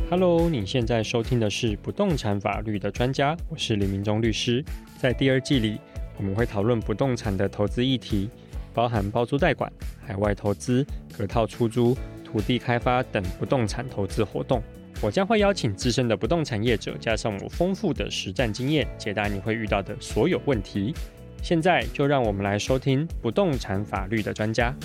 Hello， 你现在收听的是不动产法律的专家，我是李明忠律师。在第二季里，我们会讨论不动产的投资议题，包含包租代管、海外投资、隔套出租、土地开发等不动产投资活动。我将会邀请资深的不动产业者，加上我丰富的实战经验，解答你会遇到的所有问题。现在就让我们来收听不动产法律的专家。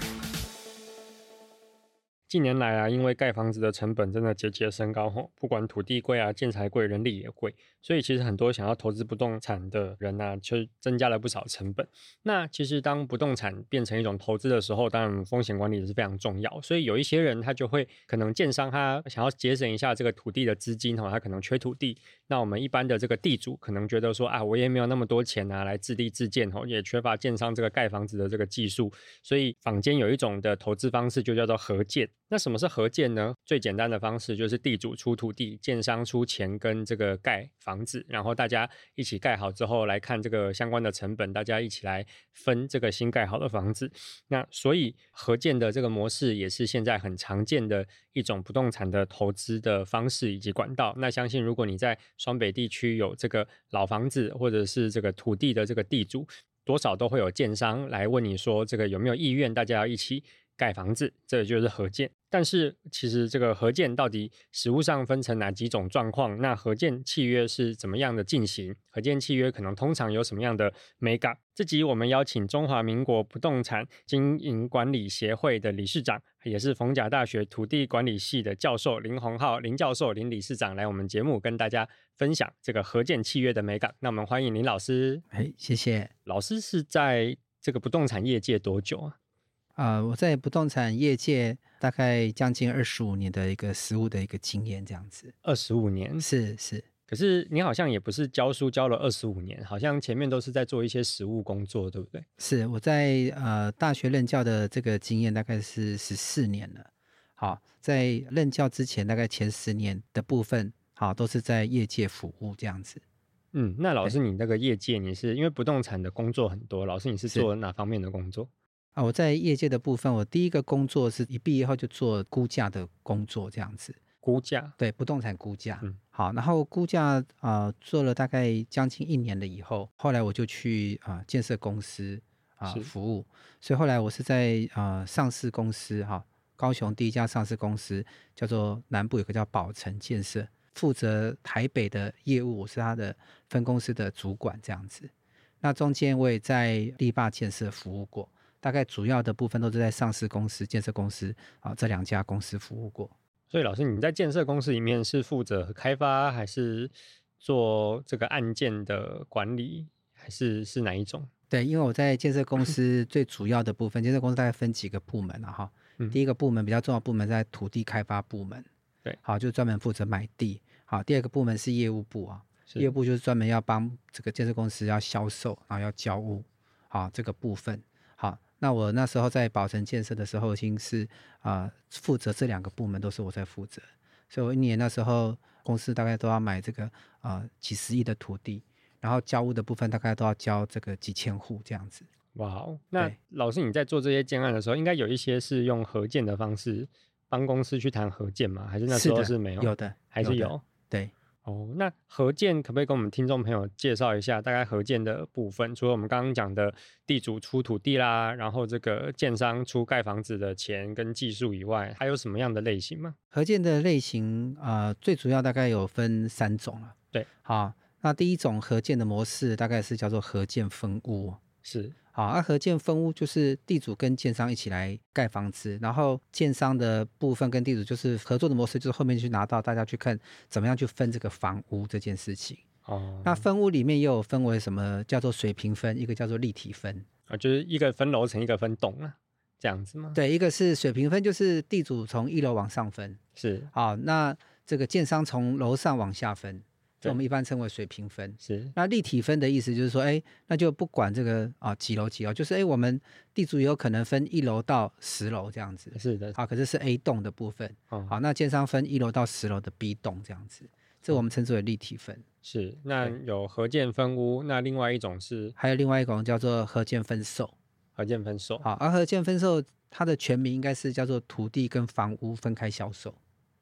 近年来啊，因为盖房子的成本真的节节升高，不管土地贵啊、建材贵、人力也贵，所以其实很多想要投资不动产的人啊，就增加了不少成本。那其实当不动产变成一种投资的时候，当然风险管理也是非常重要，所以有一些人他就会可能建商他想要节省一下这个土地的资金，他可能缺土地，那我们一般的这个地主可能觉得说啊，我也没有那么多钱啊来自力自建，也缺乏建商这个盖房子的这个技术，所以坊间有一种的投资方式就叫做合建。那什么是合建呢？最简单的方式就是地主出土地，建商出钱跟这个盖房子，然后大家一起盖好之后来看这个相关的成本，大家一起来分这个新盖好的房子。那所以合建的这个模式也是现在很常见的一种不动产的投资的方式以及管道。那相信如果你在双北地区有这个老房子或者是这个土地的这个地主，多少都会有建商来问你说这个有没有意愿大家要一起盖房子，这就是合建。但是其实这个合建到底实务上分成哪几种状况，那合建契约是怎么样的进行，合建契约可能通常有什么样的美感。这集我们邀请中华民国不动产经营管理协会的理事长，也是逢甲大学土地管理系的教授林宏浩林教授林理事长来我们节目跟大家分享这个合建契约的美感。那我们欢迎林老师。 谢谢。 老师是在这个不动产业界多久啊？ 我在不动产业界大概将近25年的一个实务的一个经验，这样子。 25年？ 是。 可是你好像也不是教书教了25年，好像前面都是在做一些实务工作，对不对？ 是，我在大学任教的这个经验大概是14年了。好，在任教之前大概前10年的部分，好，都是在业界服务这样子。 那老师你那个业界，你是因为不动产的工作很多，老师你是做哪方面的工作？ 我在业界的部分，我第一个工作是一毕业后就做估价的工作这样子。 估价？对， 不动产估价。好，然后估价做了大概将近1年了以后，后来我就去建设公司服务，所以后来我是在上市公司高雄第一家上市公司叫做南部有个叫宝成建设，负责台北的业务，我是他的分公司的主管这样子。那中间我也在力霸建设服务过，大概主要的部分都是在上市公司、建设公司这2家公司服务过。 所以老师你在建设公司里面是负责开发还是做这个案件的管理，还是哪一种？ 对，因为我在建设公司最主要的部分，建设公司大概分几个部门第一个部门比较重要的部门在土地开发部门， 对， 好，就专门负责买地。好，第二个部门是业务部业务部就是专门要帮这个建设公司要销售，然后要交屋，好，这个部分。好，那我那时候在宝成建设的时候，已经是负责这2个部门都是我在负责，所以我1年那时候公司大概都要买这个几十亿的土地，然后交屋的部分大概都要交这个几千户这样子。 哇，那老师你在做这些建案的时候，应该有一些是用合建的方式帮公司去谈合建吗？还是那时候是没有？ 有的， 还是有？ 对。 那合建可不可以跟我们听众朋友介绍一下大概合建的部分？除了我们刚刚讲的地主出土地啦，然后这个建商出盖房子的钱跟技术以外，还有什么样的类型吗？ 合建的类型最主要大概有分3种了。 对， 好，那第一种合建的模式大概是叫做合建分屋。 是。 好，合建分屋就是地主跟建商一起来盖房子，然后建商的部分跟地主就是合作的模式，就是后面去拿到大家去看怎么样去分这个房屋这件事情。那分屋里面又有分为什么叫做水平分，一个叫做立体分就是一个分楼层一个分栋这样子吗？ 对，一个是水平分，就是地主从1楼往上分， 是。 好，那这个建商从楼上往下分，这我们一般称为水平分。 是。 那立体分的意思就是说，那就不管这个几楼，就是我们地主有可能分1楼到10楼这样子。 是的。 好，可是 A 栋的部分。好，那建商分1楼到10楼的 B 栋这样子，这我们称之为立体分。 是。那有合建分屋，那另外一种是？ 还有另外一种叫做合建分售。 合建分售。 好，合建分售它的全名应该是叫做土地跟房屋分开销售。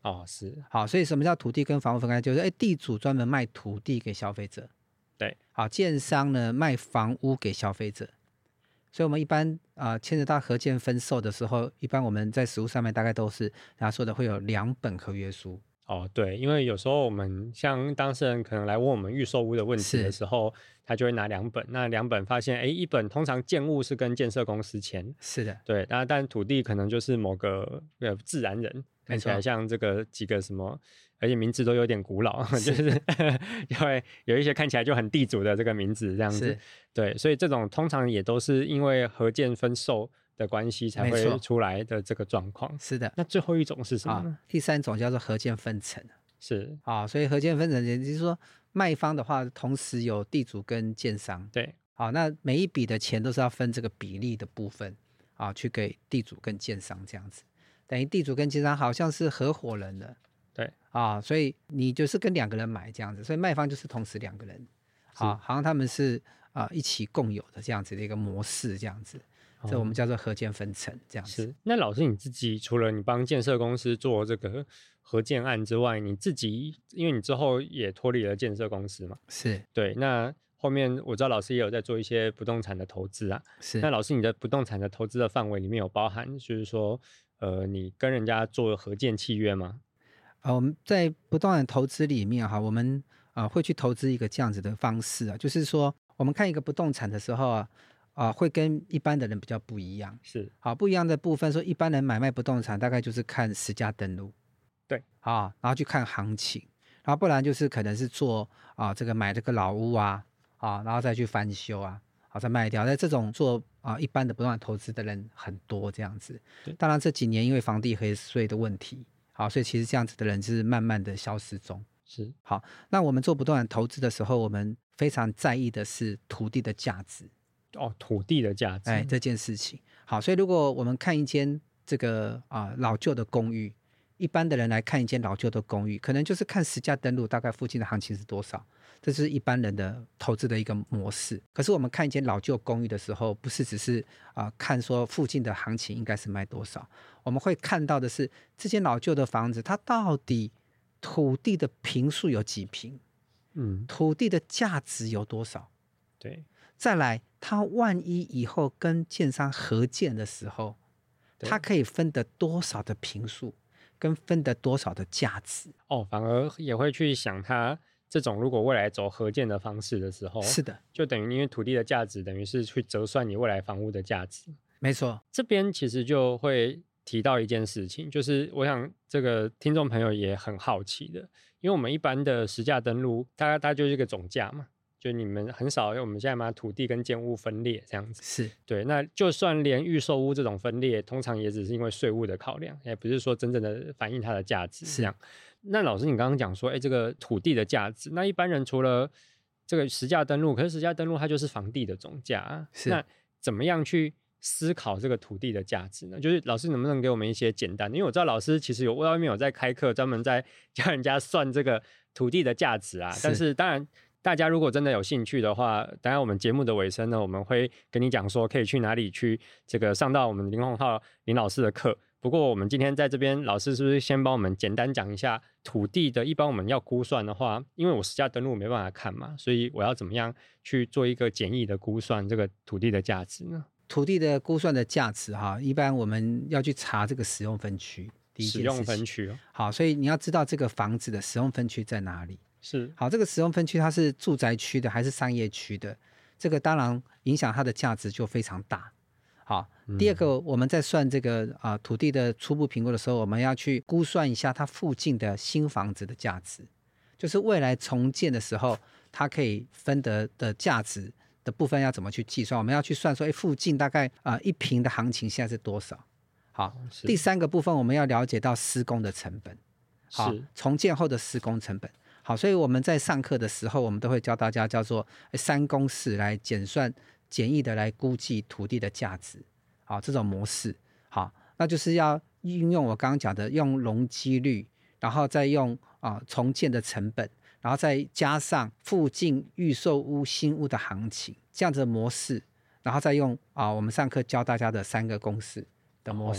哦，是。 好，所以什么叫土地跟房屋分开？就是地主专门卖土地给消费者， 对。 好，建商呢卖房屋给消费者。所以我们一般牵扯到合建分售的时候，一般我们在实务上面大概都是人家说的会有2本合约书。 哦，对，因为有时候我们像当事人可能来问我们预售屋的问题的时候，他就会拿2本，那2本发现，一本通常建物是跟建设公司签， 是的， 对，但土地可能就是某个自然人，看起来像这个几个什么，而且名字都有点古老，就是因为有一些看起来就很地主的这个名字这样子，对，所以这种通常也都是因为合建分售的关系才会出来的这个状况。 是的。 那最后一种是什么呢？ 第3种叫做合建分成。 是所以合建分成也就是说，卖方的话同时有地主跟建商。 对， 那每一笔的钱都是要分这个比例的部分去给地主跟建商，这样子等于地主跟建商好像是合伙人的。 对所以你就是跟2个人买这样子，所以卖方就是同时2个人，好像他们是一起共有的这样子的一个模式，这样子。这我们叫做合建分成这样子。 是。那老师你自己除了你帮建设公司做这个合建案之外，你自己因为你之后也脱离了建设公司嘛， 是对，那后面我知道老师也有在做一些不动产的投资啊， 是。 那老师你的不动产的投资的范围里面有包含就是说你跟人家做合建契约吗？ 我们在不动产投资里面我们会去投资一个这样子的方式就是说我们看一个不动产的时候会跟一般的人比较不一样。 是。 不一样的部分说，一般人买卖不动产大概就是看实价登录， 对， 然后去看行情，然后不然就是可能是做这个买这个老屋然后再去翻修再卖掉。在这种做一般的不动产投资的人很多这样子。当然这几年因为房地合税的问题，所以其实这样子的人是慢慢的消失中。 是。 好，那我们做不动产投资的时候，我们非常在意的是土地的价值。 土地的价值， 这件事情。好，所以如果我们看一间这个老旧的公寓，一般的人来看一间老旧的公寓，可能就是看实价登录大概附近的行情是多少，这是一般人的投资的一个模式。可是我们看一间老旧公寓的时候，不是只是看说附近的行情应该是卖多少，我们会看到的是这间老旧的房子它到底土地的坪数有几坪，土地的价值有多少。 对， 再来它万一以后跟建商合建的时候，它可以分得多少的坪数跟分得多少的价值。 反而也会去想它这种如果未来走合建的方式的时候， 是的， 就等于因为土地的价值等于是去折算你未来房屋的价值。 没错。 这边其实就会提到一件事情，就是我想这个听众朋友也很好奇的，因为我们一般的实价登录大概就是一个总价嘛，就你们很少我们现在把土地跟建物分裂这样子。 是。 对，那就算连预售屋这种分裂通常也只是因为税务的考量，也不是说真正的反映它的价值这样。那老师你刚刚讲说这个土地的价值，那一般人除了这个实价登录，可是实价登录它就是房地的总价那怎么样去思考这个土地的价值呢？就是老师能不能给我们一些简单的，因为我知道老师其实外面有在开课，专门在教人家算这个土地的价值但是当然大家如果真的有兴趣的话，当然我们节目的尾声呢，我们会跟你讲说可以去哪里去这个上到我们林宏浩林老师的课。不过我们今天在这边，老师是不是先帮我们简单讲一下土地的，一般我们要估算的话，因为我实价登录没办法看嘛，所以我要怎么样去做一个简易的估算这个土地的价值呢？ 土地的估算的价值一般我们要去查这个使用分区，第一件事情。 使用分区好，所以你要知道这个房子的使用分区在哪里。 是。 好，这个使用分区它是住宅区的还是商业区的，这个当然影响它的价值就非常大。好，第二个我们在算这个土地的初步评估的时候，我们要去估算一下它附近的新房子的价值，就是未来重建的时候它可以分得的价值的部分要怎么去计算。我们要去算说附近大概一坪的行情现在是多少。好，第3个部分我们要了解到施工的成本，好，重建后的施工成本。好，所以我们在上课的时候我们都会教大家叫做3公式来简易的来估计土地的价值。好，这种模式。好，那就是要运用我刚刚讲的用容积率，然后再用重建的成本，然后再加上附近预售屋新屋的行情，这样子的模式，然后再用我们上课教大家的3个公式的模式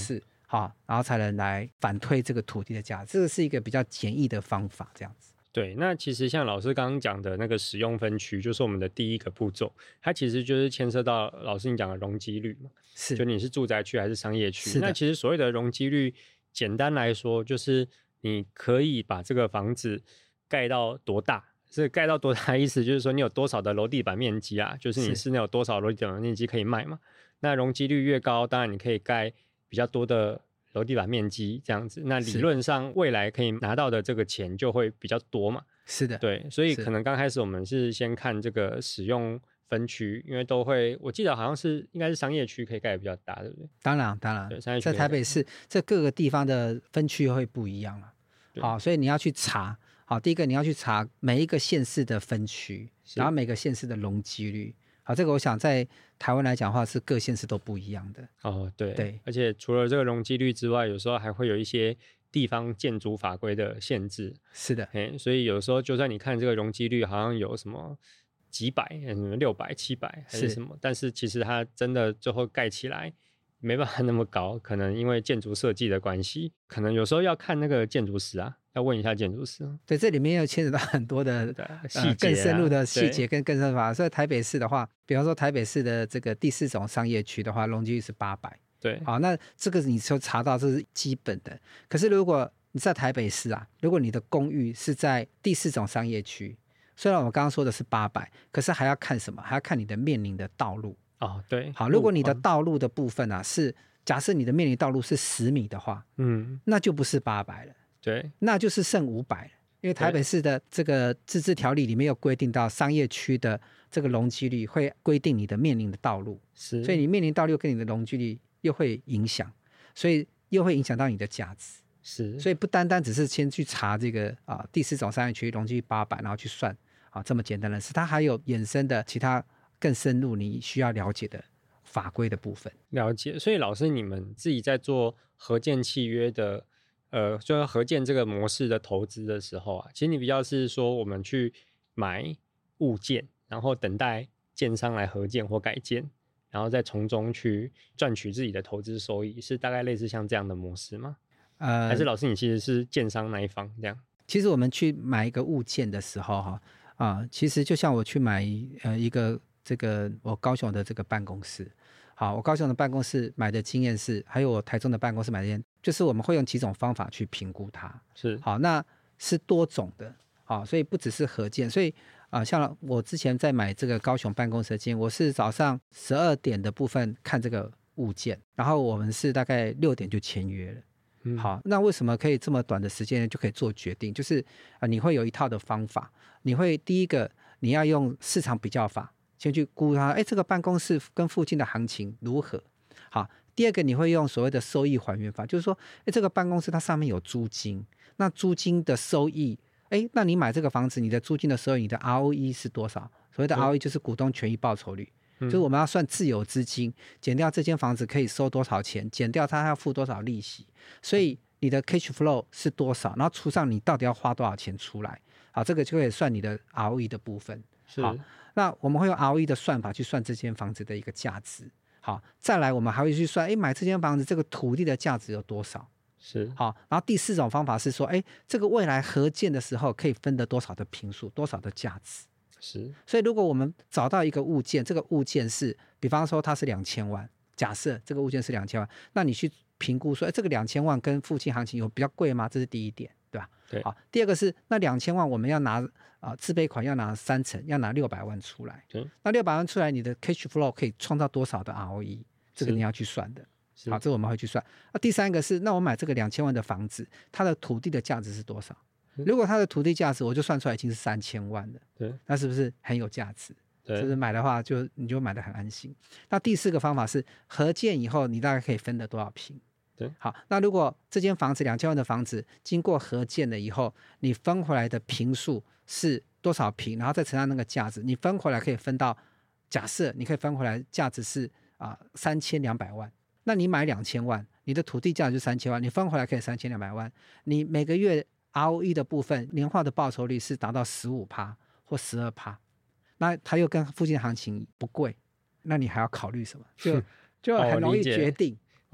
好，然后才能来反推这个土地的价值，这个是一个比较简易的方法，这样子。 对，那其实像老师刚刚讲的那个使用分区，就是我们的第一个步骤，它其实就是牵涉到老师你讲的容积率嘛， 是， 就你是住宅区还是商业区。 是的。 那其实所谓的容积率，简单来说就是你可以把这个房子盖到多大，是盖到多大的意思就是说你有多少的楼地板面积啊，就是你室内有多少楼地板面积可以卖嘛。那容积率越高，当然你可以盖比较多的楼地板面积这样子，那理论上未来可以拿到的这个钱就会比较多嘛。 是的， 对，所以可能刚开始我们是先看这个使用分区，因为都会，我记得好像是应该是商业区可以盖得比较大，对不对？ 当然， 对，商业区在台北市这各个地方的分区会不一样了。好，所以你要去查。好，第一个你要去查每一个县市的分区，然后每个县市的容积率。好，这个我想在台湾来讲的话，是各县市都不一样的。 哦，对，而且除了这个容积率之外，有时候还会有一些地方建筑法规的限制。 是的， 所以有时候就算你看这个容积率好像有什么几百、600、700还是什么，但是其实它真的最后盖起来没办法那么高，可能因为建筑设计的关系，可能有时候要看那个建筑师啊。要问一下建筑师。 对，这里面又牵扯到很多的细节、 更深入的细节跟更深入。所以台北市的话，比方说台北市的这个第4种商业区的话，容积率是800。 对， 好，那这个你就查到这是基本的。可是如果你在台北市啊，如果你的公寓是在第4种商业区，虽然我刚刚说的是800，可是还要看什么？还要看你的面临的道路。 哦，对。 好，如果你的道路的部分啊是假设你的面临道路是10米的话，那就不是800了。 对， 那就是剩500了，因为台北市的这个自治条例里面有规定到商业区的这个容积率会规定你的面临的道路，所以你面临道路跟你的容积率又会影响，所以又会影响到你的价值。所以不单单只是先去查这个第4种商业区容积率800，然后去算这么简单的事，它还有衍生的其他更深入你需要了解的法规的部分。 了解，所以老师你们自己在做合建契约的。就是合建这个模式的投资的时候啊，其实你比较是说我们去买物件，然后等待建商来合建或改建，然后再从中去赚取自己的投资收益，是大概类似像这样的模式吗？还是老师你其实是建商那一方这样？ 其实我们去买一个物件的时候其实就像我去买一个这个我高雄的这个办公室。好，我高雄的办公室买的经验是，还有我台中的办公室买的经验，就是我们会用几种方法去评估它。 是， 好，那是多种的。好，所以不只是合建，所以像我之前在买这个高雄办公室的经验，我是早上12点的部分看这个物件，然后我们是大概6点就签约了。好，那为什么可以这么短的时间就可以做决定？就是你会有一套的方法，你会第一个你要用市场比较法。先去估它，这个办公室跟附近的行情如何？好，第二个你会用所谓的收益还原法，就是说，这个办公室它上面有租金，那租金的收益，那你买这个房子，你的租金的收益，你的 ROE 是多少？所谓的 ROE 就是股东权益报酬率，就是我们要算自有资金减掉这间房子可以收多少钱，减掉它要付多少利息，所以你的 cash flow 是多少，然后除上你到底要花多少钱出来，好，这个就可以算你的 ROE 的部分。好，那我们会用 ROE 的算法去算这间房子的一个价值。好，再来我们还会去算，买这间房子这个土地的价值有多少？ 是。 好，然后第4种方法是说，这个未来合建的时候可以分得多少的坪数，多少的价值？ 是。 所以如果我们找到一个物件，这个物件是，比方说它是2000万，假设这个物件是2000万，那你去评估说，这个2000万跟附近行情有比较贵吗？这是第一点，对吧？ 对。 好，第二个是那2000万我们要拿自备款要拿3成，要拿600万出来。那600万出来，你的 cash flow 可以创造多少的 ROE？ 这个你要去算的。好，这个我们会去算。第三个是，那我买这个2000万的房子，它的土地的价值是多少？如果它的土地价值我就算出来已经是3000万了， 对， 那是不是很有价值？ 对， 就是买的话你就买得很安心。那第4个方法是合建以后你大概可以分得多少坪？ 对， 好，那如果这间房子2000万的房子经过合建了以后，你分回来的坪数是多少坪，然后再乘上那个价值，你分回来可以分到，假设你可以分回来价值是3200万，那你买2000万，你的土地价值就3000万，你分回来可以3200万，你每个月 ROE 的部分年化的报酬率是达到15%或12%，那它又跟附近行情不贵，那你还要考虑什么？就很容易决定。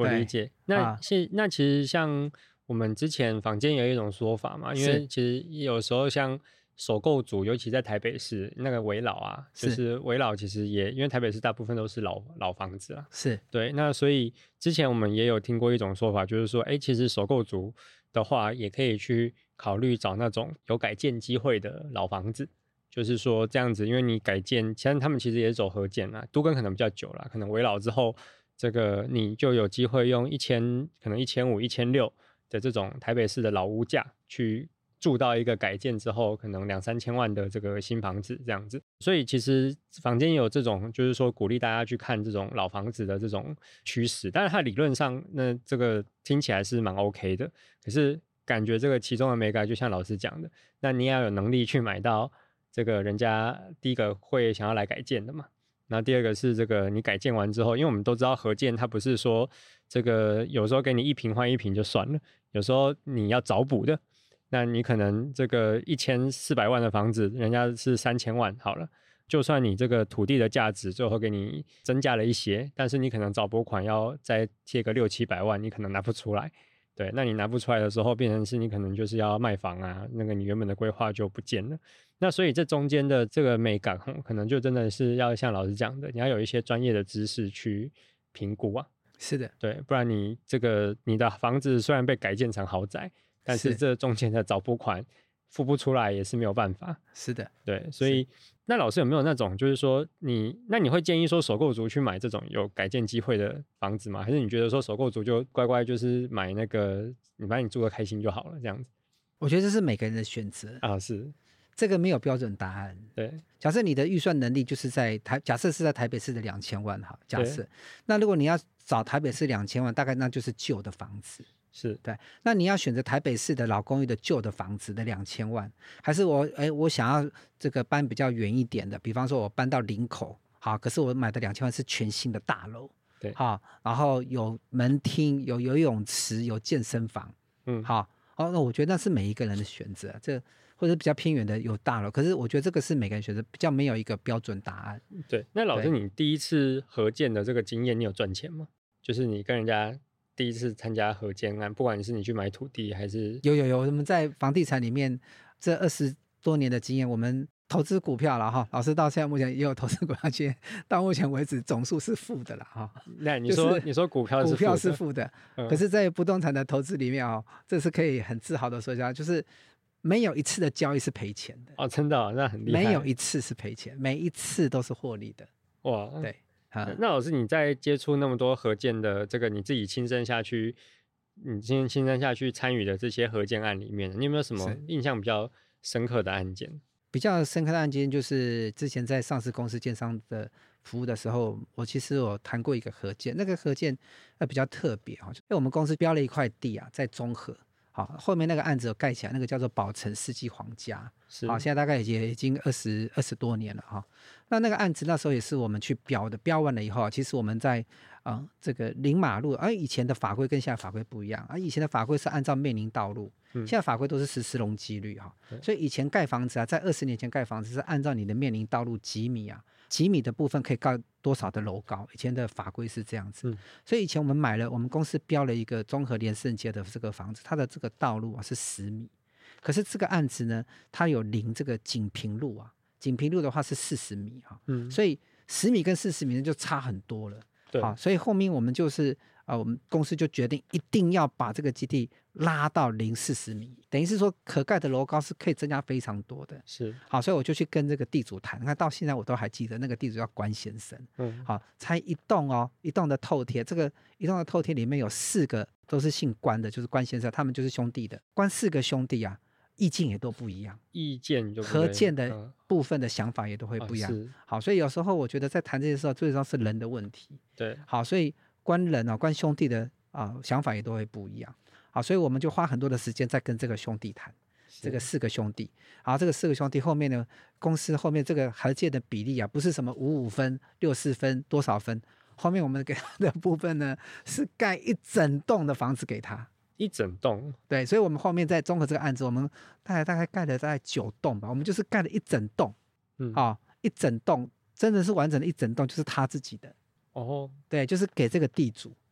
我理解。那其实像我们之前坊间有一种说法嘛，因为其实有时候像首购族，尤其在台北市那个危老啊，就是危老其实也因为台北市大部分都是老房子啊， 是对。那所以之前我们也有听过一种说法，就是说，其实首购族的话，也可以去考虑找那种有改建机会的老房子。就是说这样子，因为你改建，其实他们其实也是走合建啦，都更可能比较久啦，可能危老之后，这个你就有机会用可能1500、1600的这种台北市的老屋价去住到一个改建之后可能2、3千万的这个新房子这样子。所以其实坊间也有这种，就是说鼓励大家去看这种老房子的这种趋势，但是它理论上那这个听起来是蛮 OK 的，可是感觉这个其中的美感就像老师讲的，那你也要有能力去买到这个人家第一个会想要来改建的嘛，然后第二个是这个你改建完之后，因为我们都知道合建它不是说这个有时候给你1坪换1坪就算了，有时候你要找补的，那你可能这个1400万的房子人家是3000万好了，就算你这个土地的价值最后给你增加了一些，但是你可能找补款要再贴个600、700万，你可能拿不出来。对，那你拿不出来的时候，变成是你可能就是要卖房啊，那个你原本的规划就不见了。那所以这中间的这个美感，可能就真的是要像老师讲的，你要有一些专业的知识去评估啊。 是的， 对，不然你的房子虽然被改建成豪宅，但是这中间的找补款付不出来也是没有办法。 是的， 对，所以那老师有没有那种就是说你会建议说首购族去买这种有改建机会的房子吗？还是你觉得说首购族就乖乖就是买那个你把你住得开心就好了这样子？ 我觉得这是每个人的选择啊，是这个没有标准答案。 对， 假设你的预算能力就是假设是在台北市的2000万哈，假设那如果你要找台北市2000万，大概那就是旧的房子。 是对，那你要选择台北市的老公寓的旧的房子的2000万，还是我想要这个搬比较远一点的，比方说我搬到林口，好，可是我买的2000万是全新的大楼， 对， 好，然后有门厅、有游泳池、有健身房，好，那我觉得那是每一个人的选择，或者比较偏远的有大楼，可是我觉得这个是每个人选择，比较没有一个标准答案。 对，那老师你第一次合建的这个经验，你有赚钱吗？就是你跟人家第一次参加合建案，不管是你去买土地还是有，我们在房地产里面这20多年的经验，我们投资股票了哈，老师到现在目前也有投资股票经验，到目前为止总数是负的了哈。 那你说股票是负的， 可是在不动产的投资里面这是可以很自豪的说一下，就是没有一次的交易是赔钱的哦，真的那很厉害， 没有一次是赔钱，每一次都是获利的。 哇， 对。 那老师你在接触那么多合建的这个你自己亲身下去参与的这些合建案里面，你有没有什么印象比较深刻的案件？ 比较深刻的案件就是之前在上市公司建商的服务的时候，我其实有谈过一个合建，那个合建比较特别因为我们公司标了一块地啊，在中和。好，后面那个案子有盖起来，那个叫做宝城世纪皇家，好，现在大概已经20多年了哈。那个案子那时候也是我们去标的，标完了以后，其实我们在这个临马路，以前的法规跟现在法规不一样，以前的法规是按照面临道路，现在法规都是实施容积率哈，所以以前盖房子啊，在20年前盖房子是按照你的面临道路几米啊。几米的部分可以盖多少的楼高，以前的法规是这样子，所以以前我们公司标了一个综合连胜街的这个房子，它的这个道路是10米，可是这个案子呢，它有临这个锦屏路啊，锦屏路的话是40米所以10米跟40米就差很多了。对，所以后面我们就是我们公司就决定一定要把这个基地拉到临40米，等于是说可盖的楼高是可以增加非常多的。 是， 好，所以我就去跟这个地主谈，那到现在我都还记得那个地主叫关先生。好，才一栋的透贴，这个一栋的透贴里面有4个都是姓关的，就是关先生，他们就是兄弟的，关4个兄弟啊。意见也都不一样，合建的部分的想法也都会不一样。好，所以有时候我觉得在谈这些时候，最主要是人的问题。 对， 好，所以关兄弟的想法也都会不一样。好，所以我们就花很多的时间在跟这个兄弟谈，这个4个兄弟。好，这个4个兄弟后面呢，公司后面这个合建的比例啊，不是什么55分、64分多少分，后面我们给他的部分呢，是盖一整栋的房子给他。 一整栋， 对，所以我们后面在综合这个案子，我们大概盖了大概9栋吧，我们就是盖了一整栋，一整栋真的是完整的一整栋，就是他自己的对，就是给这个地主，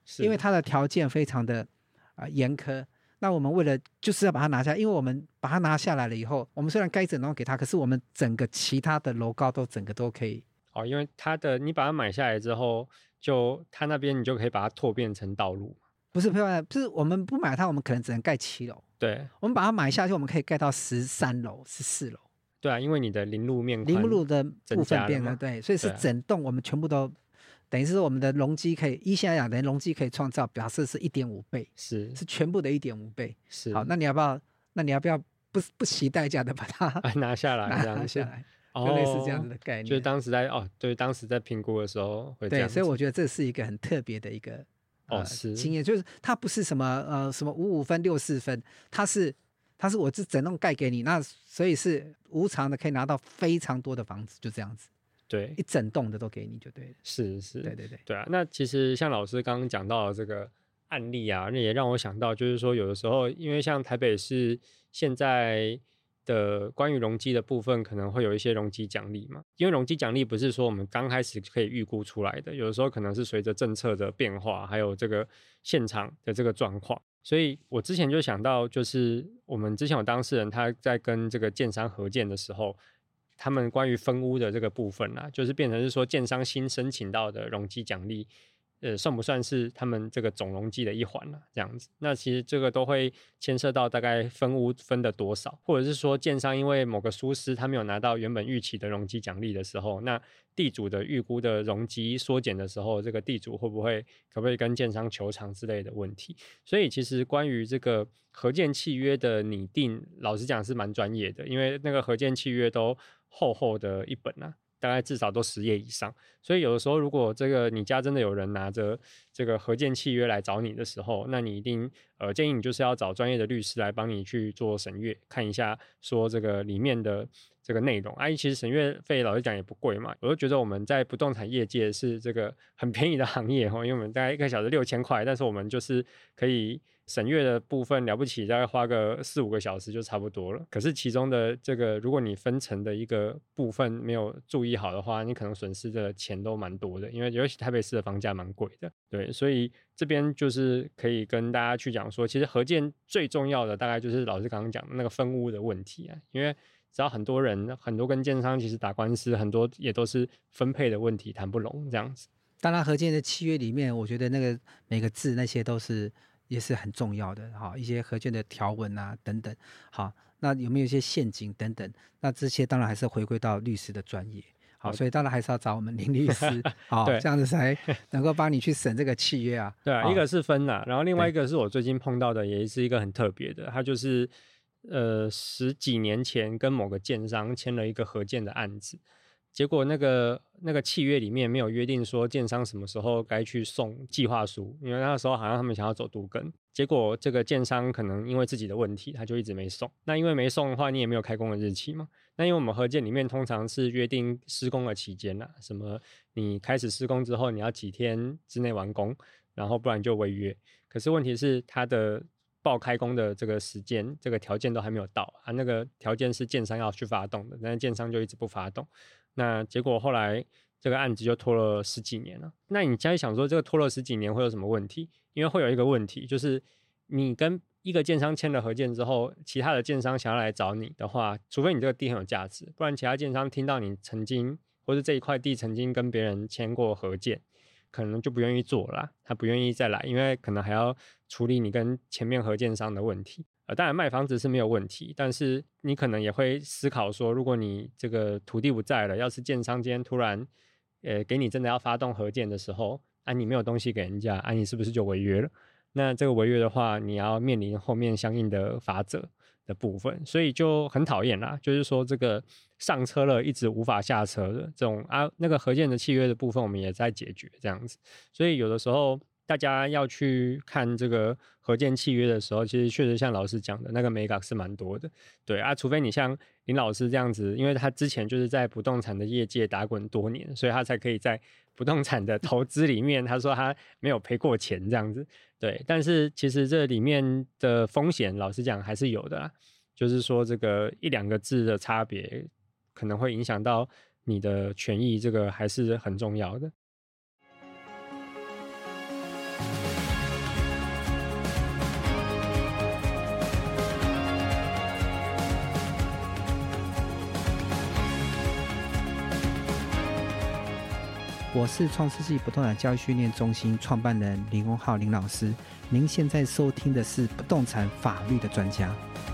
因为它的条件非常的严苛。那我们为了就是要把它拿下，因为我们把它拿下来了以后，我们虽然该整栋给它，可是我们整个其他的楼高都整个都可以。 因为你把它买下来之后，就它那边你就可以把它拓变成道路。 不是我们不买它，我们可能只能盖7楼。 对， 我们把它买下去，我们可以盖到13楼、14楼。 对啊，因为你的临路面宽临路的部分变了，对，所以是整栋我们全部都等于是我们的容积可以，现在讲等于容积可以创造，表示是1.5倍，是全部的1.5倍。是好，那你要不要不惜代价的把它拿下来？ 拿下来，就类似这样子的概念。 就是当时在评估的时候会这样子。 对，所以我觉得这是一个很特别的一个经验，就是它不是什么55分64分，它是我这整栋盖给你，那所以是无偿的可以拿到非常多的房子，就这样子。 对， 一整栋的都给你就对了。 是， 对啊。那其实像老师刚刚讲到的这个案例啊，那也让我想到，就是说有的时候，因为像台北市现在的关于容积的部分，可能会有一些容积奖励嘛。因为容积奖励不是说我们刚开始可以预估出来的，有的时候可能是随着政策的变化，还有这个现场的这个状况。所以我之前就想到，就是我们之前有当事人他在跟这个建商合建的时候，他们关于分屋的这个部分啊，就是变成是说建商新申请到的容积奖励，算不算是他们这个总容积的一环啊？这样子，那其实这个都会牵涉到大概分屋分的多少，或者是说建商因为某个疏失，他没有拿到原本预期的容积奖励的时候，那地主的预估的容积缩减的时候，这个地主可不可以跟建商求偿之类的问题？所以其实关于这个合建契约的拟定，老实讲是蛮专业的，因为那个合建契约都厚厚的一本啊，大概至少都10页以上，所以有的时候如果这个你家真的有人拿着这个合建契约来找你的时候，那你一定建议你就是要找专业的律师来帮你去做审阅，看一下说这个里面的这个内容。其实审阅费老实讲也不贵嘛，我就觉得我们在不动产业界是这个很便宜的行业，因为我们大概1个小时6000块，但是我们就是可以审阅的部分了不起大概花个4-5个小时就差不多了，可是其中的这个如果你分成的一个部分没有注意好的话，你可能损失的钱都蛮多的，因为尤其台北市的房价蛮贵的。对，所以这边就是可以跟大家去讲说，其实合建最重要的大概就是老师刚刚讲的那个分屋的问题啊，因为只要很多跟建商其实打官司，很多也都是分配的问题谈不拢这样子。 当然合建的契约里面，我觉得那个每个字那些也是很重要的，一些合建的条文啊等等，好，那有没有一些陷阱等等，那这些当然还是回归到律师的专业，好，所以当然还是要找我们林律师，好，这样子才能够帮你去审这个契约啊。 对啊，一个是分啦，然后另外一个是我最近碰到的，也是一个很特别的，他就是10几年前跟某个建商签了一个合建的案子。结果那个契约里面没有约定说建商什么时候该去送计划书，因为那时候好像他们想要走都更，结果这个建商可能因为自己的问题，他就一直没送。那因为没送的话，你也没有开工的日期嘛。那因为我们合建里面通常是约定施工的期间啦，什么你开始施工之后你要几天之内完工，然后不然就违约。可是问题是他的报开工的这个时间，这个条件都还没有到啊，那个条件是建商要去发动的，但是建商就一直不发动。那结果后来这个案子就拖了10几年了。那你现在想说这个拖了10几年会有什么问题？因为会有一个问题，就是你跟一个建商签了合建之后，其他的建商想要来找你的话，除非你这个地很有价值，不然其他建商听到你曾经或者这一块地曾经跟别人签过合建，可能就不愿意做了啦，他不愿意再来，因为可能还要处理你跟前面合建商的问题。当然卖房子是没有问题，但是你可能也会思考说，如果你这个土地不在了，要是建商今天突然给你真的要发动合建的时候，你没有东西给人家，你是不是就违约了？那这个违约的话，你要面临后面相应的罚则的部分，所以就很讨厌啦。就是说这个上车了一直无法下车的这种那个合建的契约的部分，我们也在解决这样子。所以有的时候大家要去看这个合建契约的时候，其实确实像老师讲的那个美感是蛮多的。对啊，除非你像林老师这样子，因为他之前就是在不动产的业界打滚多年，所以他才可以在不动产的投资里面，他说他没有赔过钱这样子。对，但是其实这里面的风险，老实讲还是有的啦。就是说这个1-2个字的差别，可能会影响到你的权益，这个还是很重要的。 我是创世纪不动产教育训练中心创办人林文浩林老师。您现在收听的是不动产法律的专家。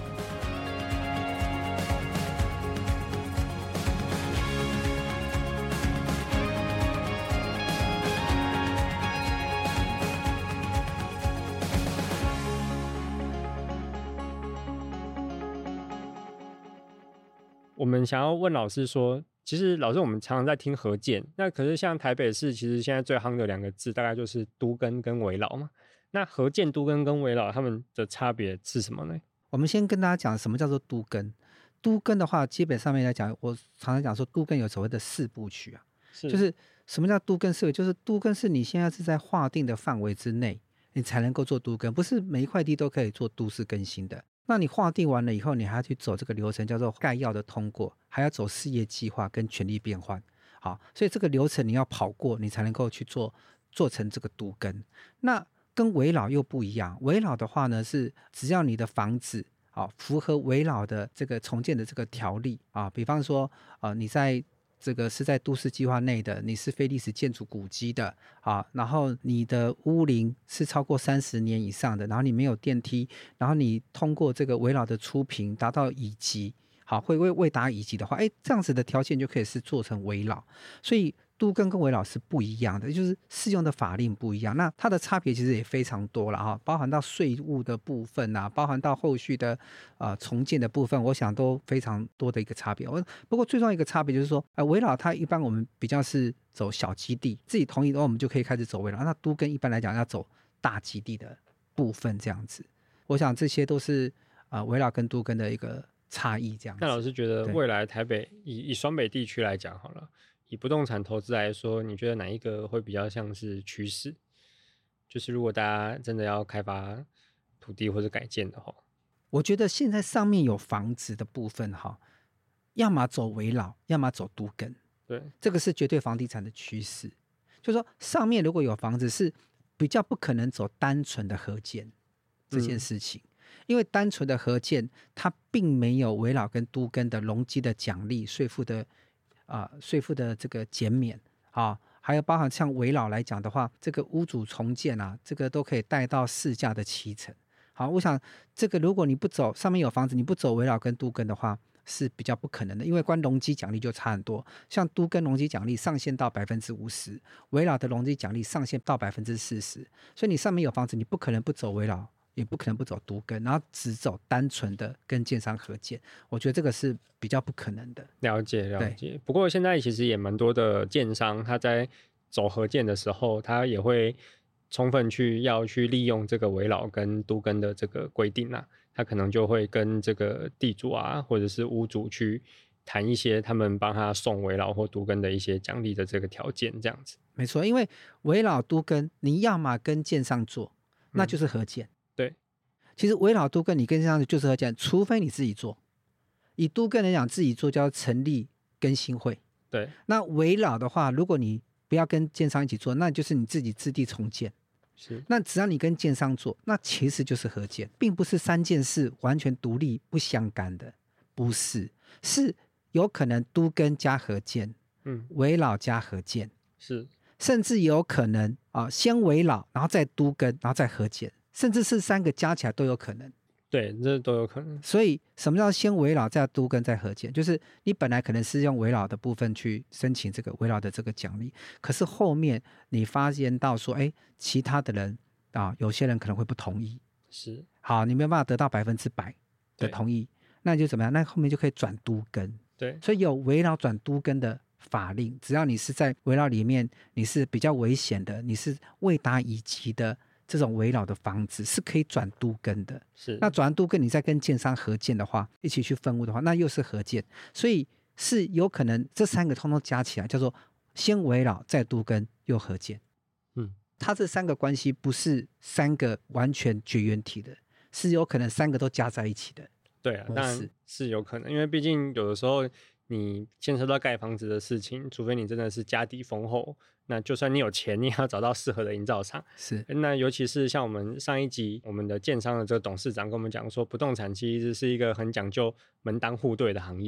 我们想要问老师说，其实老师我们常常在听合建，那可是像台北市其实现在最夯的2个字大概就是都更跟危老嘛。那合建、都更跟危老他们的差别是什么呢？ 我们先跟大家讲什么叫做都更。都更的话，基本上面来讲，我常常讲说都更有所谓的4部曲啊，就是什么叫都更4个？就是都更是你现在是在划定的范围之内，你才能够做都更，不是每一块地都可以做都市更新的。那你划定完了以后，你还要去走这个流程，叫做概要的通过，还要走事业计划跟权利变换。好，所以这个流程你要跑过，你才能够去做成这个都更。那跟危老又不一样，危老的话呢，是只要你的房子符合危老的这个重建的这个条例啊，比方说你在这个是在都市计划内的，你是非历史建筑古迹的然后你的屋龄是超过30年以上的，然后你没有电梯，然后你通过这个危老的初评达到乙级，会未达乙级的话，这样子的条件就可以是做成危老。所以都更跟危老是不一样的，就是适用的法令不一样。那它的差别其实也非常多了包含到税务的部分包含到后续的重建的部分，我想都非常多的一个差别。不过最重要一个差别就是说危老它一般我们比较是走小基地，自己同意的话我们就可以开始走危老。那都更一般来讲要走大基地的部分这样子。我想这些都是危老跟都更的一个差异这样子。 那老师觉得未来台北以双北地区来讲好了，以不动产投资来说，你觉得哪一个会比较像是趋势？就是如果大家真的要开发土地或者改建的话， 我觉得现在上面有房子的部分要么走危老，要么走都更。 对， 这个是绝对房地产的趋势。就是说上面如果有房子，是比较不可能走单纯的合建这件事情。因为单纯的合建它并没有危老跟都更的容积的奖励、税负的这个减免还有包含像危老来讲的话，这个屋主重建这个都可以带到市价的70%。好，我想这个如果你不走上面有房子，你不走危老跟都更的话是比较不可能的，因为光容积奖励就差很多。像都更容积奖励上限到50%，危老的容积奖励上限到40%，所以你上面有房子，你不可能不走危老，也不可能不走都更，然后只走单纯的跟建商合建，我觉得这个是比较不可能的。 了解。不过现在其实也蛮多的建商，他在走合建的时候，他也会充分要去利用这个危老跟都更的这个规定他可能就会跟这个地主或者是屋主去谈一些他们帮他送危老或都更的一些奖励的这个条件，这样子。 没错，因为危老都更你要么跟建商做，那就是合建。 对， 其实危老都更你跟建商就是合建，除非你自己做。以都更来讲，自己做就要成立更新会。 对， 那危老的话，如果你不要跟建商一起做，那就是你自己自地重建。 是， 那只要你跟建商做，那其实就是合建，并不是3件事完全独立不相干的，不是，是有可能都更加合建，危老加合建， 是， 甚至有可能先危老，然后再都更，然后再合建，甚至是3个加起来都有可能。 对，这都有可能。 所以什么叫先危老再都更再合建？就是你本来可能是用危老的部分去申请这个危老的这个奖励，可是后面你发现到说其他的人有些人可能会不同意， 是， 好，你没有办法得到100%的同意，那你就怎么样？那后面就可以转都更。 对， 所以有危老转都更的法令，只要你是在危老里面你是比较危险的，你是未达乙级的这种危老的房子是可以转都更的。 是， 那转都更你再跟建商合建的话，一起去分屋的话，那又是合建。所以是有可能这3个通通加起来叫做先危老再都更又合建。它这3个关系不是3个完全绝缘体的，是有可能3个都加在一起的。 对啊，当然是有可能，因为毕竟有的时候你牵涉到盖房子的事情，除非你真的是家底丰厚，那就算你有钱，你也要找到适合的营造厂。 是， 那尤其是像我们上一集我们的建商的这个董事长跟我们讲说，不动产其实是一个很讲究门当户对的行业。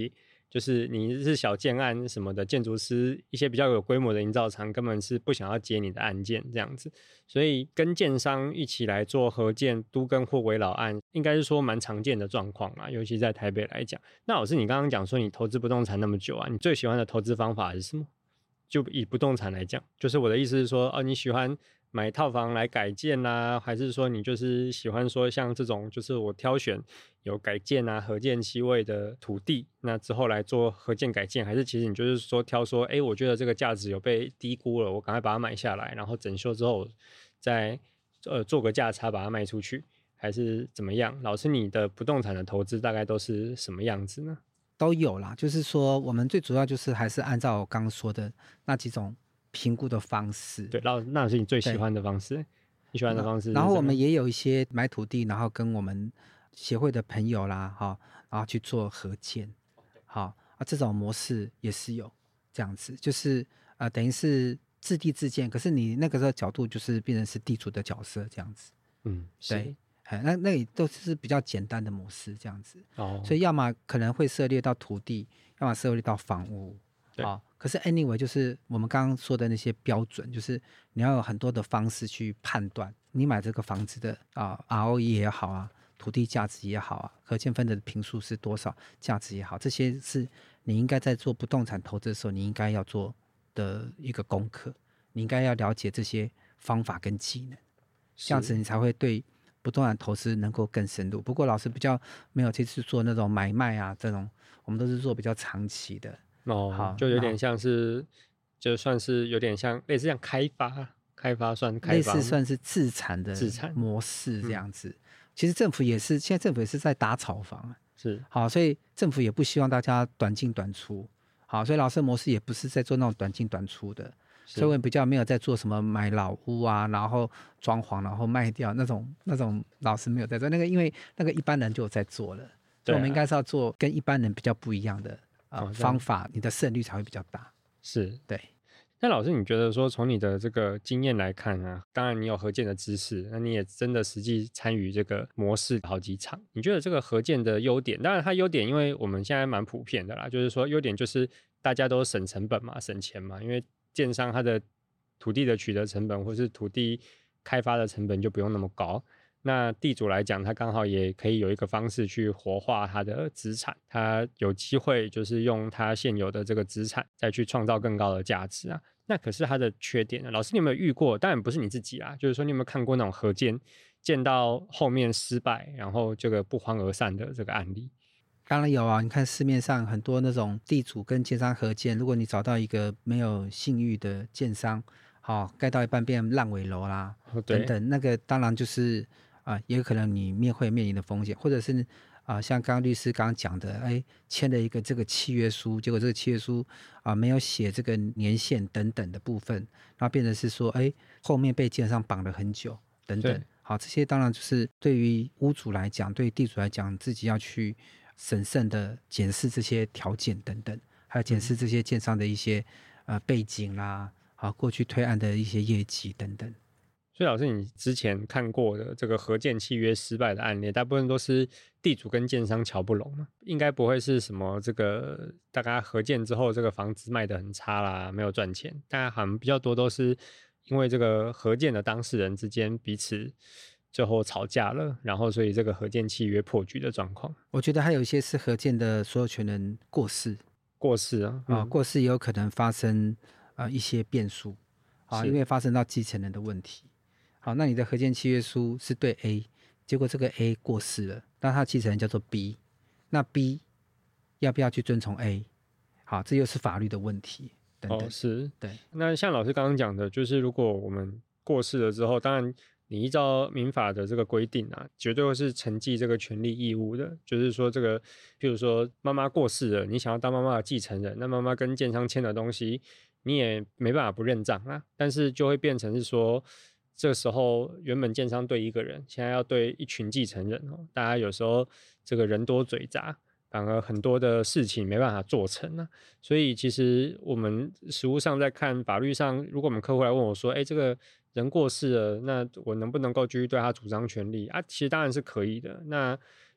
就是你是小建案什么的，建筑师一些比较有规模的营造厂根本是不想要接你的案件这样子，所以跟建商一起来做合建、都更或危老案，应该是说蛮常见的状况啦，尤其在台北来讲。那老师，你刚刚讲说你投资不动产那么久啊，你最喜欢的投资方法是什么？就以不动产来讲，就是我的意思是说，你喜欢买套房来改建啦，还是说你就是喜欢说像这种，就是我挑选有改建啊、合建机位的土地，那之后来做合建改建，还是其实你就是说挑说，我觉得这个价值有被低估了，我赶快把它买下来，然后整修之后再做个价差把它卖出去，还是怎么样？老师，你的不动产的投资大概都是什么样子呢？ 都有啦，就是说我们最主要就是还是按照我刚刚说的那几种评估的方式。 对，那是你最喜欢的方式。你喜欢的方式是然后我们也有一些买土地，然后跟我们协会的朋友啦，然后去做合建，这种模式也是有这样子，就是等于是自地自建，可是你那个时候角度就是变成是地主的角色这样子。对。那也都是比较简单的模式这样子，所以要么可能会涉猎到土地，要么涉猎到房屋，可是 anyway 就是我们刚刚说的那些标准，就是你要有很多的方式去判断你买这个房子的ROE 也好啊，土地价值也好啊，合建分的坪数是多少，价值也好，这些是你应该在做不动产投资的时候你应该要做的一个功课，你应该要了解这些方法跟技能，这样子你才会对不动产投资能够更深入。不过老师比较没有这次做那种买卖啊，这种我们都是做比较长期的。 好，就有点像是，就算是有点像类似像开发算开发， 类似算是自产的模式这样子。其实政府也是，现在政府也是在打炒房， 是好，所以政府也不希望大家短进短出。好，所以老师的模式也不是在做那种短进短出的。所以我比较没有在做什么买老屋啊，然后装潢然后卖掉那种老师没有在做那个，因为那个一般人就有在做了，所以我们应该是要做跟一般人比较不一样的方法，你的胜率才会比较大。 是， 对。 那老师，你觉得说从你的这个经验来看啊，当然你有合建的知识，那你也真的实际参与这个模式好几场，你觉得这个合建的优点，当然它优点因为我们现在蛮普遍的啦，就是说优点就是大家都省成本嘛，省钱嘛，因为建商它的土地的取得成本或是土地开发的成本就不用那么高，那地主来讲他刚好也可以有一个方式去活化他的资产，他有机会就是用他现有的这个资产再去创造更高的价值啊。那可是他的缺点呢？老师你有没有遇过？当然不是你自己啦，就是说你有没有看过那种合建建到后面失败，然后这个不欢而散的这个案例？ 当然有啊，你看市面上很多那种地主跟建商合建，如果你找到一个没有信誉的建商，盖到一半变烂尾楼啦，等等，那个当然就是也有可能你会面临的风险，或者是像刚刚律师刚刚讲的，签了一个这个契约书，结果这个契约书没有写这个年限等等的部分，然后变成是说，后面被建商绑了很久等等。好，这些当然就是对于屋主来讲，对于地主来讲，自己要去审慎的检视这些条件等等，还有检视这些建商的一些背景啦，过去推案的一些业绩等等。 所以老师，你之前看过的这个合建契约失败的案例，大部分都是地主跟建商瞧不拢嘛？应该不会是什么这个大家合建之后这个房子卖得很差啦，没有赚钱，大家好像比较多都是因为这个合建的当事人之间彼此最后吵架了，然后所以这个合建契约破局的状况。 我觉得还有一些是合建的所有权人过世啊，过世也有可能发生一些变数因为发生到继承人的问题。好，那你的合建契约书是对 A， 结果这个 A 过世了，那他继承人叫做 B， 那 B 要不要去遵从 A？ 好，这又是法律的问题等等。 是， 对。 那像老师刚刚讲的，就是如果我们过世了之后，当然你依照民法的这个规定啊，绝对会是承继这个权利义务的。就是说这个，譬如说妈妈过世了，你想要当妈妈的继承人，那妈妈跟建商签的东西，你也没办法不认账啊。但是就会变成是说，这时候原本建商对一个人，现在要对一群继承人大家有时候这个人多嘴杂，反而很多的事情没办法做成啊。所以其实我们实务上在看法律上，如果我们客户来问我说，这个人过世了，那我能不能够继续对他主张权利啊？其实当然是可以的。那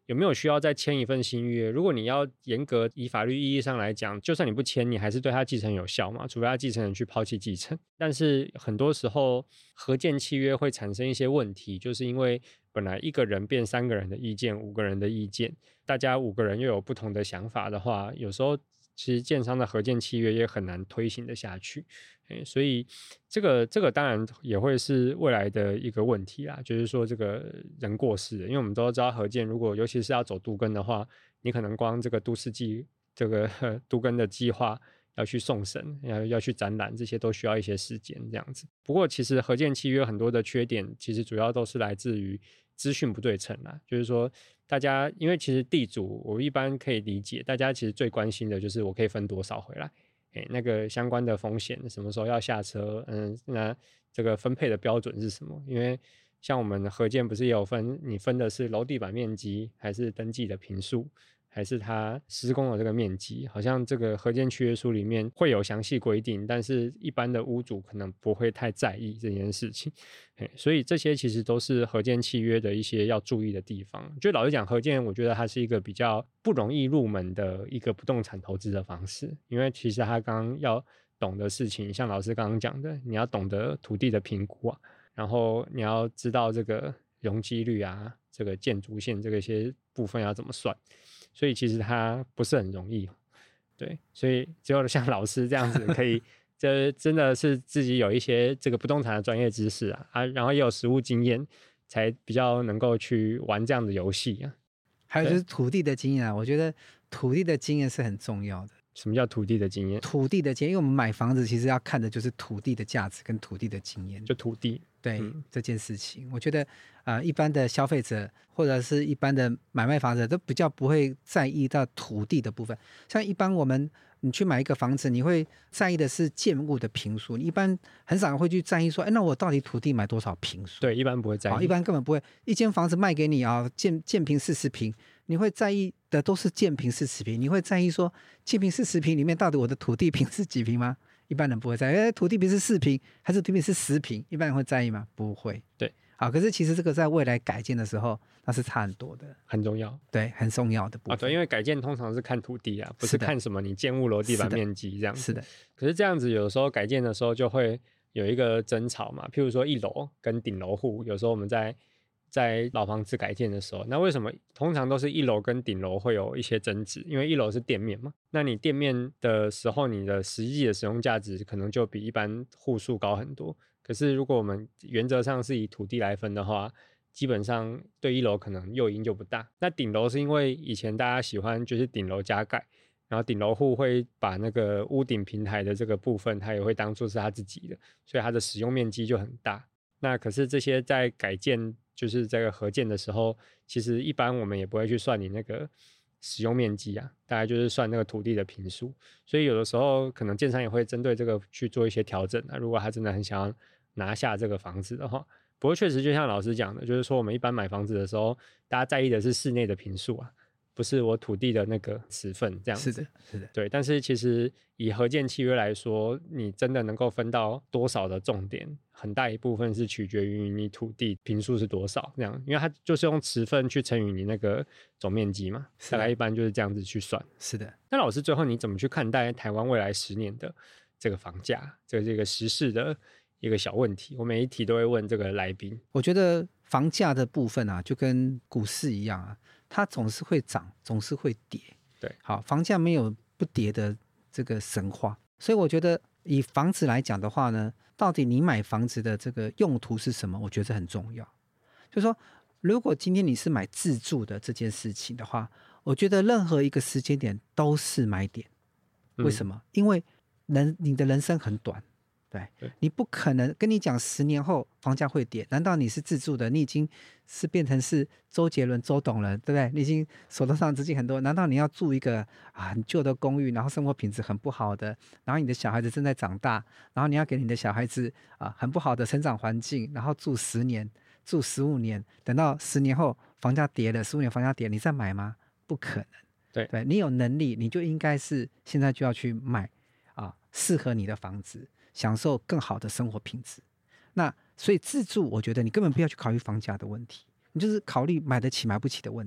有没有需要再签一份新约？如果你要严格以法律意义上来讲，就算你不签，你还是对他继承有效嘛，除非他继承人去抛弃继承。但是很多时候合建契约会产生一些问题，就是因为本来一个人变3个人的意见，5个人的意见，大家5个人又有不同的想法的话，有时候其实建商的合建契约也很难推行的下去。所以这个当然也会是未来的一个问题啦，就是说这个人过世了，因为我们都知道合建如果尤其是要走都更的话，你可能光这个都市计这个都更的计划要去送审，要去展览，这些都需要一些时间这样子。不过其实合建契约很多的缺点其实主要都是来自于资讯不对称啦，就是说大家因为其实地主我一般可以理解，大家其实最关心的就是我可以分多少回来，那个相关的风险什么时候要下车，那这个分配的标准是什么？因为像我们合建不是也有分，你分的是楼地板面积还是登记的坪数，还是它施工的这个面积，好像这个合建契约书里面会有详细规定，但是一般的屋主可能不会太在意这件事情。所以这些其实都是合建契约的一些要注意的地方。就老实讲，合建我觉得它是一个比较不容易入门的一个不动产投资的方式，因为其实它刚刚要懂的事情，像老师刚刚讲的，你要懂得土地的评估啊，然后你要知道这个容积率啊，这个建筑线这个些部分要怎么算，所以其实它不是很容易。对，所以只有像老师这样子可以这真的是自己有一些这个不动产的专业知识啊，然后也有实务经验，才比较能够去玩这样的游戏啊。 还有就是土地的经验啊，我觉得土地的经验是很重要的。 什么叫土地的经验？ 土地的经验，因为我们买房子其实要看的就是土地的价值跟土地的经验， 就土地。 对，这件事情，我觉得一般的消费者或者是一般的买卖房子都比较不会在意到土地的部分。像一般你去买一个房子，你会在意的是建物的坪数，你一般很少会去在意说，那我到底土地买多少坪数？ 对，一般不会在意， 一般根本不会。一间房子卖给你啊，建坪40坪，你会在意的都是建坪40坪，你会在意说建坪40坪里面到底我的土地坪是几坪吗？一般人不会在意，土地坪是4坪还是土地坪是10坪？一般人会在意吗？不会。 对， 好，可是其实这个在未来改建的时候，那是差很多的， 很重要。 对，很重要的部分。 对，因为改建通常是看土地啊，不是看什么你建物楼地板面积这样子。 是的。 可是这样子有时候改建的时候就会有一个争吵嘛，譬如说1楼跟顶楼户，有时候我们在老房子改建的时候，那为什么通常都是1楼跟顶楼会有一些争执？因为1楼是店面嘛，那你店面的时候，你的实际的使用价值可能就比一般户数高很多。可是如果我们原则上是以土地来分的话，基本上对1楼可能诱因就不大。那顶楼是因为以前大家喜欢就是顶楼加盖，然后顶楼户会把那个屋顶平台的这个部分，他也会当作是他自己的，所以它的使用面积就很大。那可是这些在改建就是这个合建的时候，其实一般我们也不会去算你那个使用面积啊，大概就是算那个土地的坪数。所以有的时候可能建商也会针对这个去做一些调整啊，如果他真的很想要拿下这个房子的话。不过确实就像老师讲的，就是说我们一般买房子的时候，大家在意的是室内的坪数啊，不是我土地的那个持份这样子。 是的，是的。 对，但是其实以合建契约来说，你真的能够分到多少的重点，很大一部分是取决于你土地坪数是多少这样，因为它就是用持份去乘以你那个总面积嘛，大概一般就是这样子去算。 是的。 那老师最后你怎么去看待台湾未来10年的这个房价，这个时事的一个小问题？我每一题都会问这个来宾。 我觉得房价的部分啊，就跟股市一样啊，它总是会涨，总是会跌。 对， 好，房价没有不跌的这个神话，所以我觉得以房子来讲的话呢，到底你买房子的这个用途是什么？我觉得这很重要。就是说，如果今天你是买自住的这件事情的话，我觉得任何一个时间点都是买点。为什么？因为你的人生很短。对，你不可能跟你讲10年后房价会跌，难道你是自住的，你已经是变成是周杰伦周董了，对不对？你已经手头上资金很多，难道你要住一个很旧的公寓，然后生活品质很不好的，然后你的小孩子正在长大，然后你要给你的小孩子很不好的成长环境，然后住10年住15年，等到10年后房价跌了，15年房价跌了，你再买吗？不可能。对，你有能力你就应该是现在就要去买适合你的房子，享受更好的生活品质。那所以自住我觉得你根本不要去考虑房价的问题，你就是考虑买得起买不起的问题。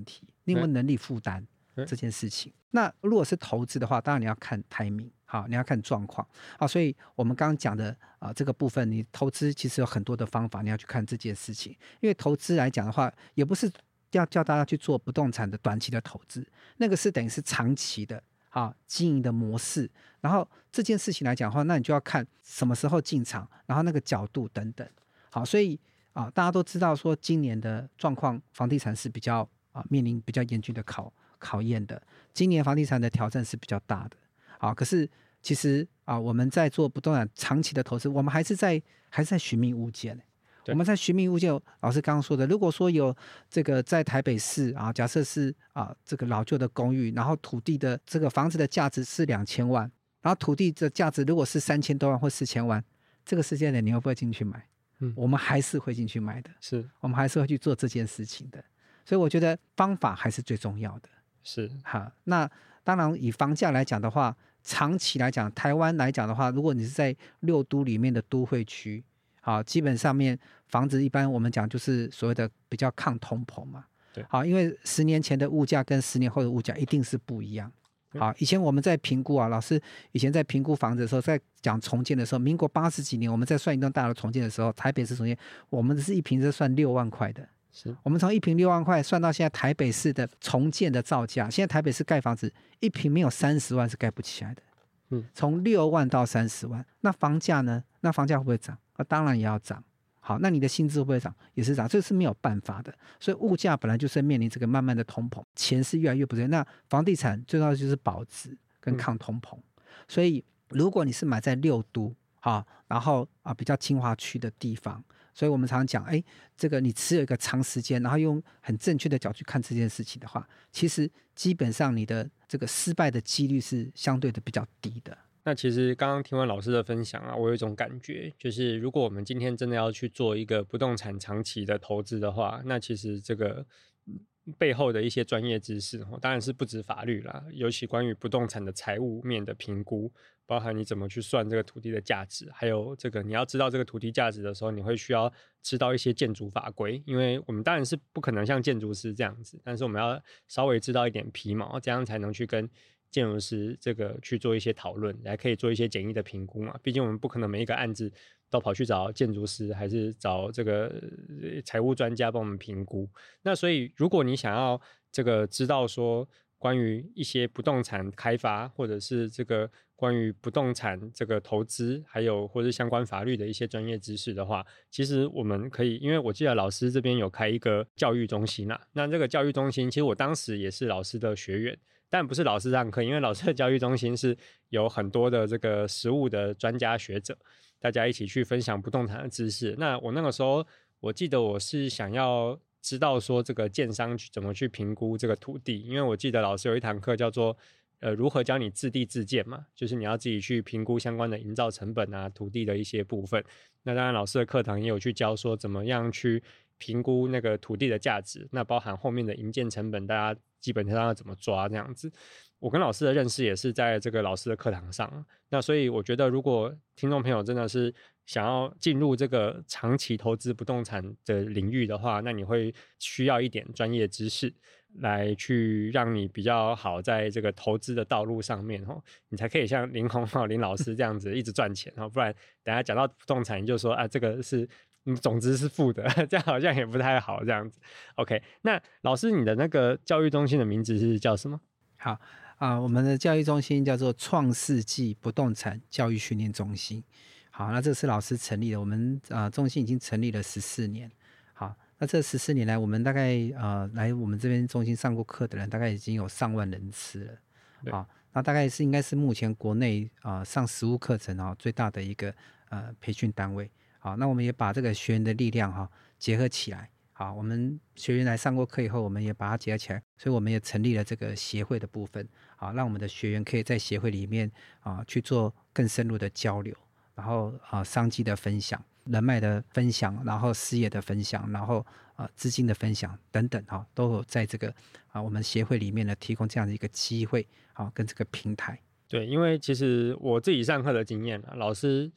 你有没有能力负担这件事情？那如果是投资的话，当然你要看 timing， 好，你要看状况，好，所以我们刚刚讲的这个部分，你投资其实有很多的方法，你要去看这件事情。因为投资来讲的话，也不是要叫大家去做不动产的短期的投资，那个是等于是长期的经营的模式。然后这件事情来讲的话，那你就要看什么时候进场，然后那个角度等等。好，所以大家都知道说今年的状况，房地产是比较面临比较严峻的考验的。今年房地产的挑战是比较大的。好，可是其实我们在做不动产长期的投资，我们还是在寻觅物件。我们在寻觅物件，老师刚刚说的，如果说有这个在台北市假设是这个老旧的公寓，然后土地的这个房子的价值是2000万，然后土地的价值如果是3000多万或4000万，这个时间点你会不会进去买？我们还是会进去买的， 是我们还是会去做这件事情的。所以我觉得方法还是最重要的。 是那当然以房价来讲的话，长期来讲，台湾来讲的话，如果你是在6都里面的都会区，基本上面房子一般我们讲就是所谓的比较抗通膨嘛。 对， 因为10年前的物价跟10年后的物价一定是不一样。以前我们在评估老师以前在评估房子的时候，在讲重建的时候，民国80几年我们在算一栋大楼重建的时候，台北市重建，我们是一坪是算6万块的。我们从一坪6万块算到现在台北市的重建的造价，现在台北市盖房子一坪没有30万是盖不起来的。从6万到30万，那房价呢？那房价会不会涨？当然也要涨。好，那你的薪资会不会涨？也是涨，这是没有办法的。所以物价本来就是面临这个慢慢的通膨，钱是越来越不对。那房地产最重要的就是保值跟抗通膨。所以如果你是买在6都然后比较精华区的地方，所以我们常常讲，这个你持有一个长时间，然后用很正确的角度去看这件事情的话，其实基本上你的这个失败的几率是相对的比较低的。 那其实刚刚听完老师的分享我有一种感觉，就是如果我们今天真的要去做一个不动产长期的投资的话，那其实这个背后的一些专业知识当然是不止法律啦，尤其关于不动产的财务面的评估，包含你怎么去算这个土地的价值，还有这个你要知道这个土地价值的时候，你会需要知道一些建筑法规，因为我们当然是不可能像建筑师这样子，但是我们要稍微知道一点皮毛，这样才能去跟建筑师这个去做一些讨论，来可以做一些简易的评估嘛。毕竟我们不可能每一个案子都跑去找建筑师，还是找这个财务专家帮我们评估。那所以如果你想要这个知道说关于一些不动产开发，或者是这个关于不动产这个投资，还有或是相关法律的一些专业知识的话，其实我们可以，因为我记得老师这边有开一个教育中心那这个教育中心其实我当时也是老师的学员，但不是老师上课，因为老师的教育中心是有很多的这个实务的专家学者，大家一起去分享不动产的知识。那我那个时候我记得我是想要知道说这个建商怎么去评估这个土地，因为我记得老师有一堂课叫做如何教你自地自建嘛，就是你要自己去评估相关的营造成本土地的一些部分。那当然老师的课堂也有去教说怎么样去评估那个土地的价值，那包含后面的营建成本大家基本上要怎么抓这样子。我跟老师的认识也是在这个老师的课堂上，那所以我觉得如果听众朋友真的是想要进入这个长期投资不动产的领域的话，那你会需要一点专业知识来去让你比较好在这个投资的道路上面你才可以像林老师这样子一直赚钱不然等下讲到不动产你就说这个是总之是负的，这样好像也不太好这样子。 OK， 那老师你的那个教育中心的名字是叫什么？ 好我们的教育中心叫做创世纪不动产教育训练中心。好，那这是老师成立的，我们中心已经成立了14年。好，那这14年来，我们大概来我们这边中心上过课的人，大概已经有上万人次了。好，那大概是应该是目前国内上实务课程最大的一个培训单位。好，那我们也把这个学员的力量结合起来。好，我们学员来上过课以后，我们也把它结合起来，所以我们也成立了这个协会的部分。好，让我们的学员可以在协会里面去做更深入的交流，然后商机的分享、人脉的分享，然后事业的分享，然后资金的分享等等都有在这个我们协会里面呢提供这样的一个机会跟这个平台。 对，因为其实我自己上课的经验老师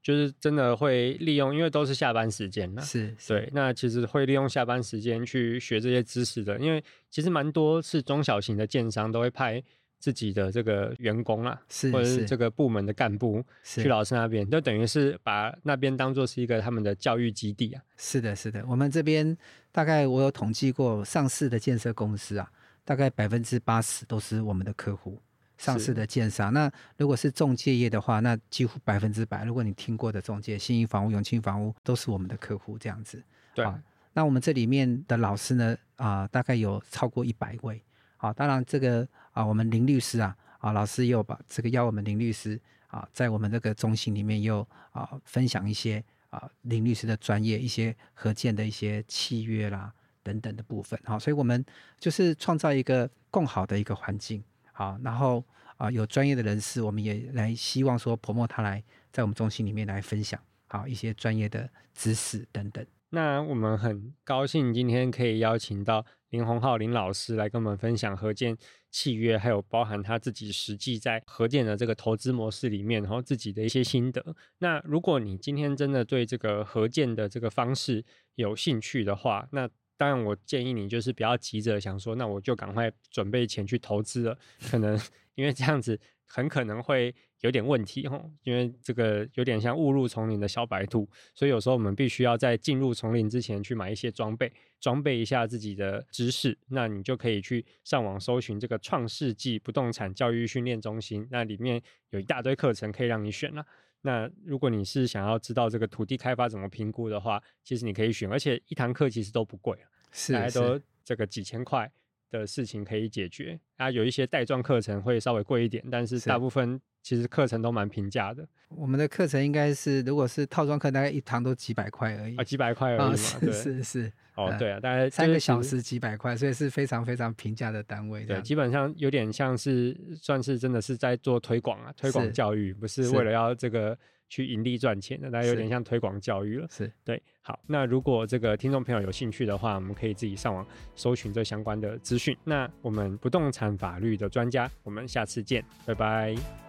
就是真的会利用，因为都是下班时间啦， 是， 对，那其实会利用下班时间去学这些知识的，因为其实蛮多是中小型的建商都会派自己的这个员工啦，或者是这个部门的干部去老师那边，就等于是把那边当作是一个他们的教育基地啊。 是的，是的，我们这边大概我有统计过，上市的建设公司啊，大概80%都是我们的客户。上市的建商，那如果是仲介业的话，那几乎100%。如果你听过的仲介，信义房屋、永庆房屋都是我们的客户，这样子。 对， 那我们这里面的老师呢，大概有超过100位。当然这个我们林律师老师也有把这个邀我们林律师在我们这个中心里面也有分享一些林律师的专业，一些合建的一些契约啦等等的部分。所以我们就是创造一个更好的一个环境。然后有专业的人士，我们也来希望说promote他来在我们中心里面来分享一些专业的知识等等。 那我们很高兴今天可以邀请到林鸿浩林老师来跟我们分享合建契约，还有包含他自己实际在合建的这个投资模式里面，然后自己的一些心得。那如果你今天真的对这个合建的这个方式有兴趣的话，那当然我建议你就是不要急着想说那我就赶快准备钱去投资了，可能因为这样子很可能会有点问题，因为这个有点像误入丛林的小白兔，所以有时候我们必须要在进入丛林之前去买一些装备一下自己的知识。那你就可以去上网搜寻这个创世纪不动产教育训练中心，那里面有一大堆课程可以让你选啦。那如果你是想要知道这个土地开发怎么评估的话，其实你可以选，而且一堂课其实都不贵，大概都这个几千块的事情可以解决。有一些带状课程会稍微贵一点，但是大部分其实课程都蛮平价的。 我们的课程应该是，如果是套装课，大概一堂都几百块而已几百块而已嘛。 是。 对啊，大概 3个小时几百块，所以是非常非常平价的单位。 对，基本上有点像是算是真的是在做推广推广教育，不是为了要这个去盈利赚钱的，大概有点像推广教育了。对。好，那如果这个听众朋友有兴趣的话，我们可以自己上网搜寻这相关的资讯。那我们不动产法律的专家，我们下次见，拜拜。